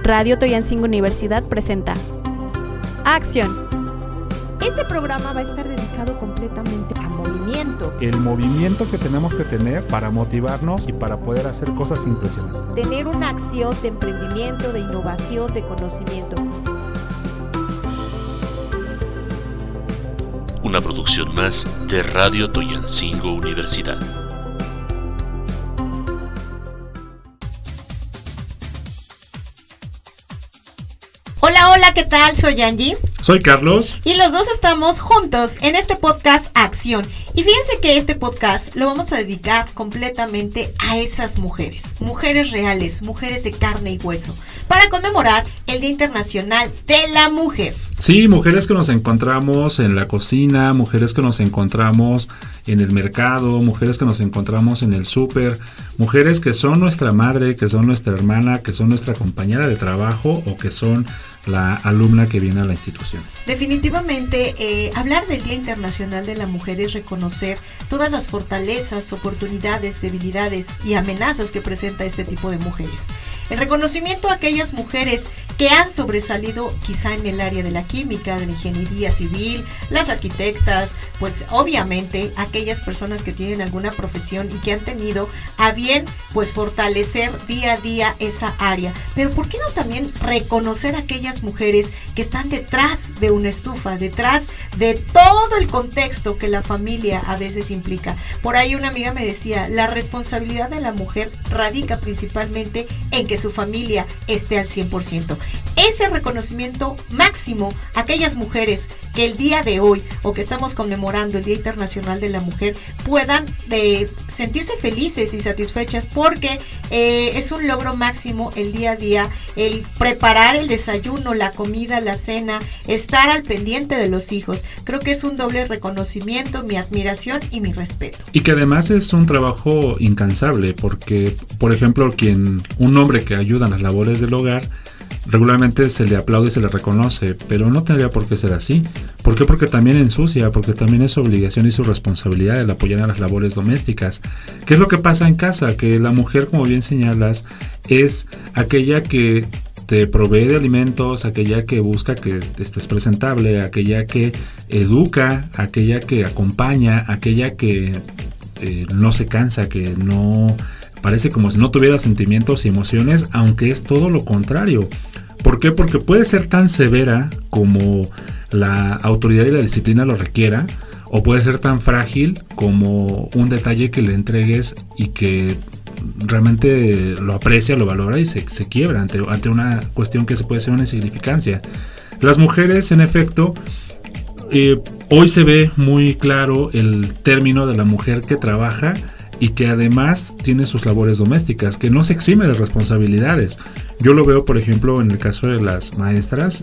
Radio Toyancingo Universidad presenta Acción. Este programa va a estar dedicado completamente a movimiento. El movimiento que tenemos que tener para motivarnos y para poder hacer cosas impresionantes. Tener una acción de emprendimiento, de innovación, de conocimiento. Una producción más de Radio Toyancingo Universidad. Hola, ¿qué tal? Soy Angie. Soy Carlos. Y los dos estamos juntos en este podcast Acción. Y fíjense que este podcast lo vamos a dedicar completamente a esas mujeres reales, mujeres de carne y hueso, para conmemorar el Día Internacional de la Mujer. Sí, mujeres que nos encontramos en la cocina, mujeres que nos encontramos en el mercado, mujeres que nos encontramos en el súper, mujeres que son nuestra madre, que son nuestra hermana, que son nuestra compañera de trabajo o que son la alumna que viene a la institución. Definitivamente, hablar del Día Internacional de la Mujer es reconocer todas las fortalezas, oportunidades, debilidades y amenazas que presenta este tipo de mujeres. El reconocimiento a aquellas mujeres que han sobresalido quizá en el área de la química, de la ingeniería civil, las arquitectas, pues obviamente aquellas personas que tienen alguna profesión y que han tenido a bien pues fortalecer día a día esa área. Pero ¿por qué no también reconocer a aquellas mujeres que están detrás de una estufa, detrás de todo el contexto que la familia a veces implica? Por ahí una amiga me decía, la responsabilidad de la mujer radica principalmente en que su familia esté al 100%. Ese reconocimiento máximo a aquellas mujeres que el día de hoy o que estamos conmemorando el Día Internacional de la Mujer puedan sentirse felices y satisfechas porque es un logro máximo el día a día, el preparar el desayuno, la comida, la cena, estar al pendiente de los hijos. Creo que es un doble reconocimiento, mi admiración y mi respeto. Y que además es un trabajo incansable porque, por ejemplo, un hombre que ayuda en las labores del hogar, regularmente se le aplaude y se le reconoce, pero no tendría por qué ser así. ¿Por qué? Porque también ensucia, porque también es su obligación y su responsabilidad el apoyar a las labores domésticas. ¿Qué es lo que pasa en casa? Que la mujer, como bien señalas, es aquella que te provee de alimentos, aquella que busca que estés presentable, aquella que educa, aquella que acompaña, aquella que no se cansa, que no parece como si no tuviera sentimientos y emociones, aunque es todo lo contrario. ¿Por qué? Porque puede ser tan severa como la autoridad y la disciplina lo requiera, o puede ser tan frágil como un detalle que le entregues y que realmente lo aprecia, lo valora y se quiebra ante una cuestión que se puede ser una insignificancia. Las mujeres, en efecto, hoy se ve muy claro el término de la mujer que trabaja y que además tiene sus labores domésticas, que no se exime de responsabilidades. Yo lo veo, por ejemplo, en el caso de las maestras.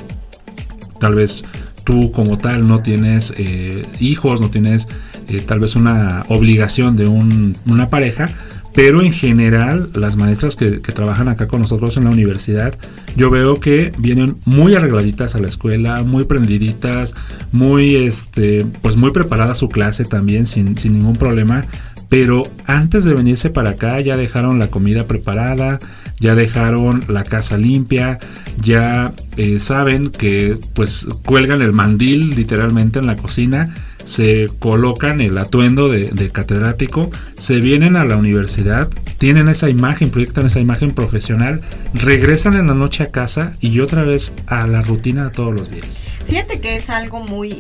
Tal vez tú como tal no tienes hijos, no tienes tal vez una obligación de una pareja, pero en general las maestras que trabajan acá con nosotros en la universidad, yo veo que vienen muy arregladitas a la escuela, muy prendiditas, muy preparada su clase también sin ningún problema. Pero antes de venirse para acá ya dejaron la comida preparada, ya dejaron la casa limpia, ya saben que pues cuelgan el mandil literalmente en la cocina, se colocan el atuendo de catedrático, se vienen a la universidad, tienen esa imagen, proyectan esa imagen profesional, regresan en la noche a casa y otra vez a la rutina de todos los días. Fíjate que es algo muy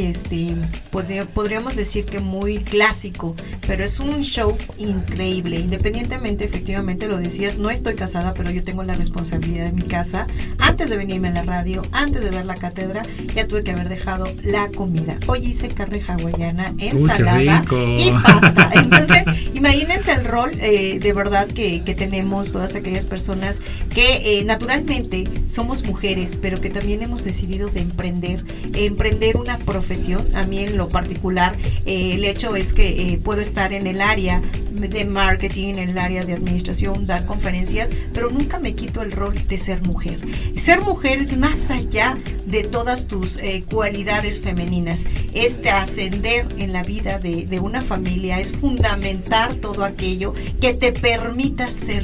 podríamos decir que muy clásico, pero es un show increíble. Independientemente, efectivamente lo decías, no estoy casada, pero yo tengo la responsabilidad de mi casa. Antes de venirme a la radio, antes de dar la cátedra, ya tuve que haber dejado la comida. Hoy hice carne hawaiana, ensalada y pasta. Entonces, imagínense el rol de verdad que tenemos todas aquellas personas que naturalmente somos mujeres, pero que también hemos decidido de emprender una profesión. A mí en lo particular el hecho es que puedo estar en el área de marketing, en el área de administración, dar conferencias, pero nunca me quito el rol de ser mujer. Ser mujer es más allá de todas tus cualidades femeninas, es trascender en la vida de una familia, es fundamentar todo aquello que te permita ser tú.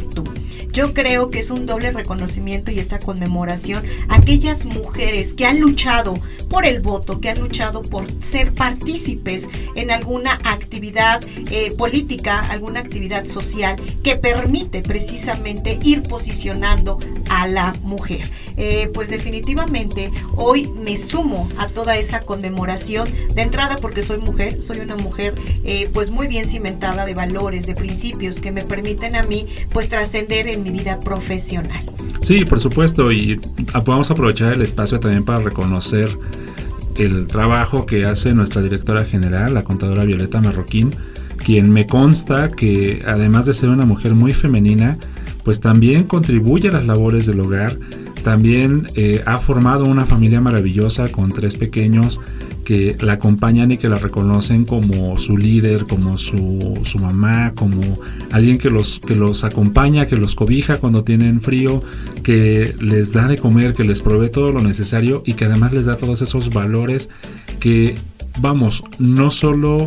Yo creo que es un doble reconocimiento y esta conmemoración a aquellas mujeres que han luchado por el voto, que han luchado por ser partícipes en alguna actividad política, alguna actividad social que permite precisamente ir posicionando a la mujer. Pues definitivamente hoy me sumo a toda esa conmemoración de entrada porque soy mujer, soy una mujer pues muy bien cimentada de valores, de principios que me permiten a mí pues trascender en mi vida profesional. Sí, por supuesto, y podemos aprovechar el espacio también para reconocer el trabajo que hace nuestra directora general, la contadora Violeta Marroquín, quien me consta que además de ser una mujer muy femenina, pues también contribuye a las labores del hogar, también ha formado una familia maravillosa con 3 pequeños que la acompañan y que la reconocen como su líder, como su mamá, como alguien que los acompaña, que los cobija cuando tienen frío, que les da de comer, que les provee todo lo necesario y que además les da todos esos valores que, vamos, no solo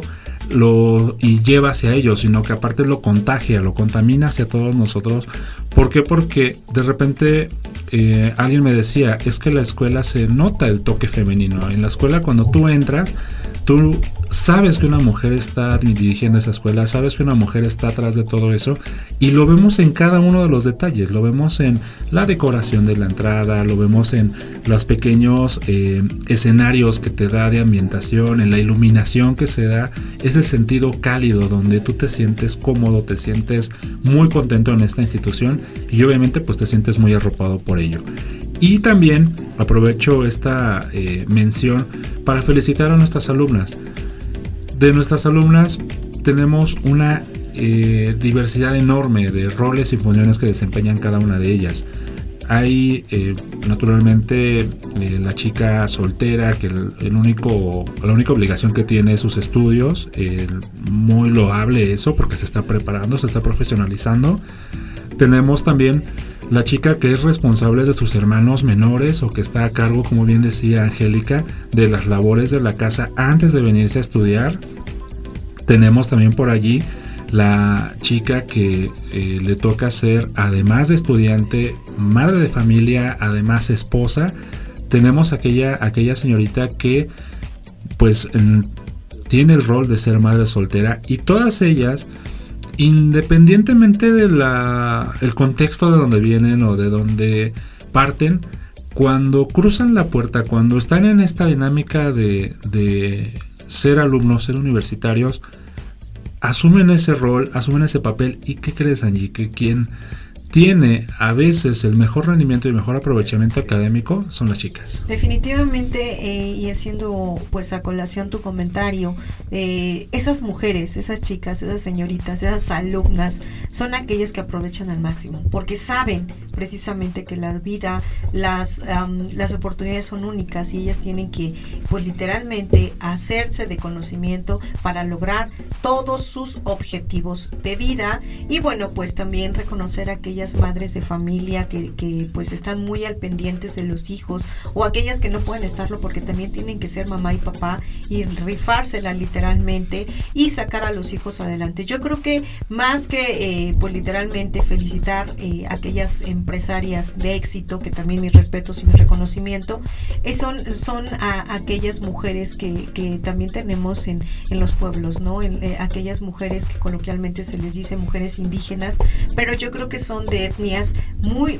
lo lleva hacia ellos, sino que aparte lo contagia, lo contamina hacia todos nosotros. ¿Por qué? Porque de repente alguien me decía, es que en la escuela se nota el toque femenino. En la escuela cuando tú entras, tú sabes que una mujer está dirigiendo esa escuela, sabes que una mujer está atrás de todo eso y lo vemos en cada uno de los detalles, lo vemos en la decoración de la entrada, lo vemos en los pequeños escenarios que te da de ambientación, en la iluminación que se da, ese sentido cálido donde tú te sientes cómodo, te sientes muy contento en esta institución y obviamente pues te sientes muy arropado por ello. Y también aprovecho esta mención para felicitar a nuestras alumnas. De nuestras alumnas tenemos una diversidad enorme de roles y funciones que desempeñan cada una de ellas. Hay naturalmente la chica soltera que la única obligación que tiene es sus estudios, muy loable eso porque se está preparando, se está profesionalizando. Tenemos también la chica que es responsable de sus hermanos menores o que está a cargo, como bien decía Angélica, de las labores de la casa antes de venirse a estudiar. Tenemos también por allí la chica que le toca ser, además de estudiante, madre de familia, además esposa. Tenemos aquella señorita que pues tiene el rol de ser madre soltera y todas ellas, independientemente de el contexto de donde vienen o de donde parten, cuando cruzan la puerta, cuando están en esta dinámica de ser alumnos, ser universitarios, asumen ese rol, asumen ese papel. ¿Y qué crees, Angie? Que quien tiene a veces el mejor rendimiento y el mejor aprovechamiento académico son las chicas. Definitivamente, y haciendo pues a colación tu comentario, esas mujeres, esas chicas, esas señoritas, esas alumnas son aquellas que aprovechan al máximo porque saben precisamente que la vida, las oportunidades son únicas y ellas tienen que pues literalmente hacerse de conocimiento para lograr todos sus objetivos de vida. Y bueno, pues también reconocer a aquellas madres de familia que pues están muy al pendientes de los hijos, o aquellas que no pueden estarlo porque también tienen que ser mamá y papá y rifársela literalmente y sacar a los hijos adelante. Yo creo que más que pues literalmente felicitar a aquellas empresarias de éxito, que también mis respetos y mi reconocimiento, son a aquellas mujeres que también tenemos en los pueblos, ¿no? Aquellas mujeres que coloquialmente se les dice mujeres indígenas, pero yo creo que son de etnias muy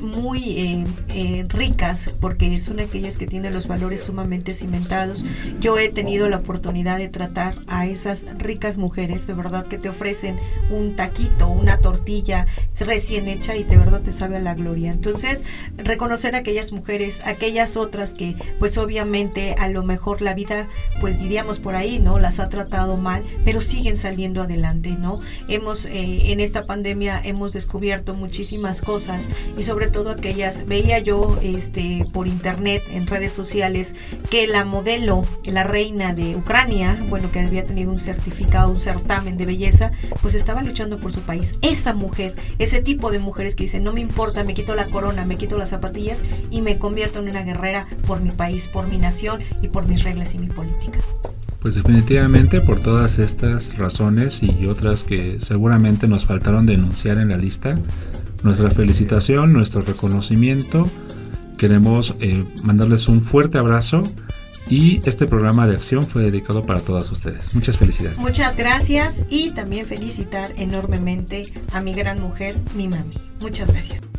ricas, porque son aquellas que tienen los valores sumamente cimentados. Yo he tenido la oportunidad de tratar a esas ricas mujeres, de verdad que te ofrecen un taquito, una tortilla recién hecha y de verdad te sabe a la gloria. Entonces, reconocer a aquellas mujeres, aquellas otras que pues obviamente a lo mejor la vida, pues diríamos por ahí, ¿no? Las ha tratado mal, pero siguen saliendo adelante, ¿no? En esta pandemia hemos descubierto muchísimas cosas y sobre todo aquellas, veía yo por internet, en redes sociales, que la modelo, la reina de Ucrania, bueno, que había tenido un certificado, un certamen de belleza, pues estaba luchando por su país. Esa mujer, ese tipo de mujeres que dicen, no me importa, me quito la corona, me quito las zapatillas y me convierto en una guerrera por mi país, por mi nación y por mis reglas y mi política. Pues definitivamente por todas estas razones y otras que seguramente nos faltaron denunciar en la lista, nuestra felicitación, nuestro reconocimiento. Queremos mandarles un fuerte abrazo y este programa de acción fue dedicado para todas ustedes. Muchas felicidades. Muchas gracias y también felicitar enormemente a mi gran mujer, mi mami. Muchas gracias.